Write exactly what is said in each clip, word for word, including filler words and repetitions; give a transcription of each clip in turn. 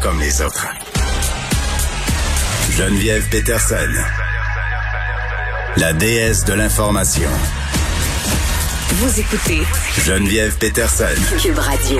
comme les autres. Geneviève Peterson, la déesse de l'information. Vous écoutez Geneviève Peterson, Cube Radio.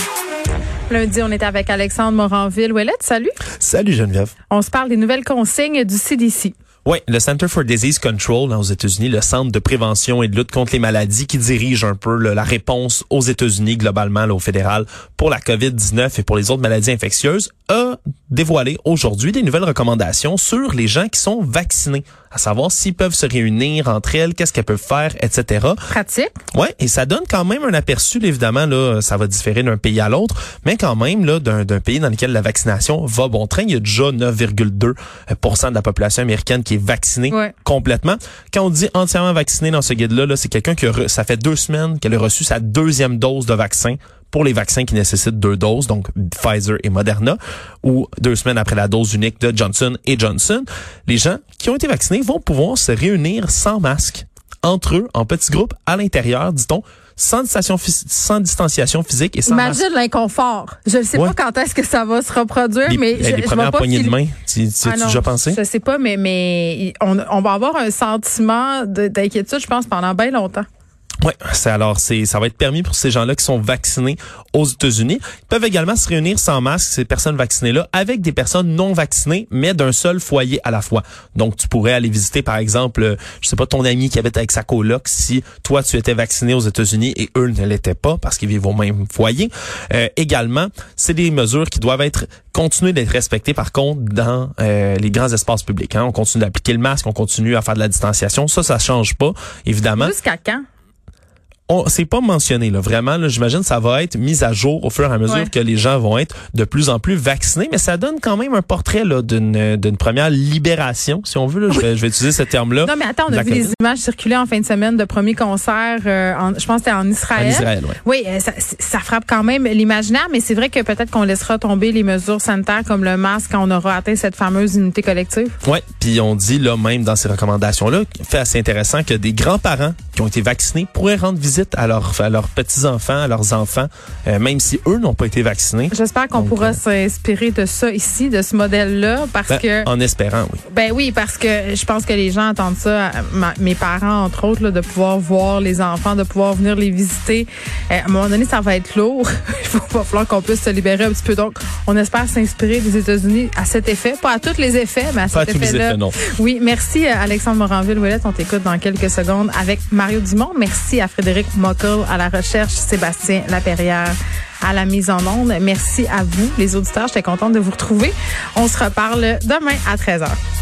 Lundi, on est avec Alexandre Moranville-Ouellette. Salut. Salut Geneviève. On se parle des nouvelles consignes du C D C. Oui, le Center for Disease Control aux États-Unis, le Centre de prévention et de lutte contre les maladies qui dirige un peu là, la réponse aux États-Unis globalement, là, au fédéral, pour la covid dix-neuf et pour les autres maladies infectieuses, a dévoilé aujourd'hui des nouvelles recommandations sur les gens qui sont vaccinés, à savoir s'ils peuvent se réunir entre elles, qu'est-ce qu'elles peuvent faire, et cetera. Pratique. Ouais, et ça donne quand même un aperçu, là, évidemment, là, ça va différer d'un pays à l'autre, mais quand même là, d'un, d'un pays dans lequel la vaccination va bon train. Il y a déjà neuf virgule deux pour cent de la population américaine qui est vaccinée ouais. complètement. Quand on dit entièrement vacciné dans ce guide-là, là, c'est quelqu'un qui a re, ça fait deux semaines qu'elle a reçu sa deuxième dose de vaccin pour les vaccins qui nécessitent deux doses, donc Pfizer et Moderna, ou deux semaines après la dose unique de Johnson et Johnson. Les gens qui ont été vaccinés vont pouvoir se réunir sans masque, entre eux, en petits groupes, à l'intérieur, dit-on, sans distanciation, sans distanciation physique et sans Imagine masque. l'inconfort. Je ne sais ouais. pas quand est-ce que ça va se reproduire, les, mais les, je, les je premières pas poignées qu'il... de main, tu, tu ah as-tu non, déjà pensé? Je sais pas, mais, mais on, on va avoir un sentiment de, d'inquiétude, je pense, pendant bien longtemps. Oui, c'est alors c'est ça va être permis pour ces gens-là qui sont vaccinés aux États-Unis. Ils peuvent également se réunir sans masque, ces personnes vaccinées-là, avec des personnes non vaccinées, mais d'un seul foyer à la fois. Donc, tu pourrais aller visiter, par exemple, je sais pas, ton ami qui habite avec sa coloc, si toi, tu étais vacciné aux États-Unis et eux ne l'étaient pas parce qu'ils vivent au même foyer. Euh, également, c'est des mesures qui doivent être continuer d'être respectées, par contre, dans euh, les grands espaces publics. Hein. On continue d'appliquer le masque, on continue à faire de la distanciation. Ça, ça change pas, évidemment. Jusqu'à quand? On, c'est pas mentionné, là. Vraiment, là, j'imagine que ça va être mis à jour au fur et à mesure ouais. que les gens vont être de plus en plus vaccinés, mais ça donne quand même un portrait, là, d'une, d'une première libération, si on veut, là. Je vais, je vais utiliser ce terme-là. Non, mais attends, on a vu les images circuler en fin de semaine de premiers concerts, euh, en, je pense que c'était en Israël. En Israël, oui. Oui, ça, ça frappe quand même l'imaginaire, mais c'est vrai que peut-être qu'on laissera tomber les mesures sanitaires comme le masque quand on aura atteint cette fameuse unité collective. Oui, puis on dit, là, même dans ces recommandations-là, fait assez intéressant que des grands-parents qui ont été vaccinés pourraient rendre visite à leurs, à leurs petits-enfants, à leurs enfants, euh, même si eux n'ont pas été vaccinés. J'espère qu'on Donc, pourra euh, s'inspirer de ça ici, de ce modèle-là, parce ben, que... En espérant, oui. Ben oui, parce que je pense que les gens attendent ça, ma, mes parents, entre autres, là, de pouvoir voir les enfants, de pouvoir venir les visiter. Euh, à un moment donné, ça va être lourd. Il va, va falloir qu'on puisse se libérer un petit peu. Donc, on espère s'inspirer des États-Unis à cet effet. Pas à tous les effets, mais à Pas cet à tous effet-là. les effets, non. Oui, merci Alexandre Moranville-Ouellette. On t'écoute dans quelques secondes avec Mario Dumont. Merci à Frédéric Mockel à la recherche, Sébastien Laperrière à la mise en onde. Merci à vous, les auditeurs. J'étais contente de vous retrouver. On se reparle demain à treize heures.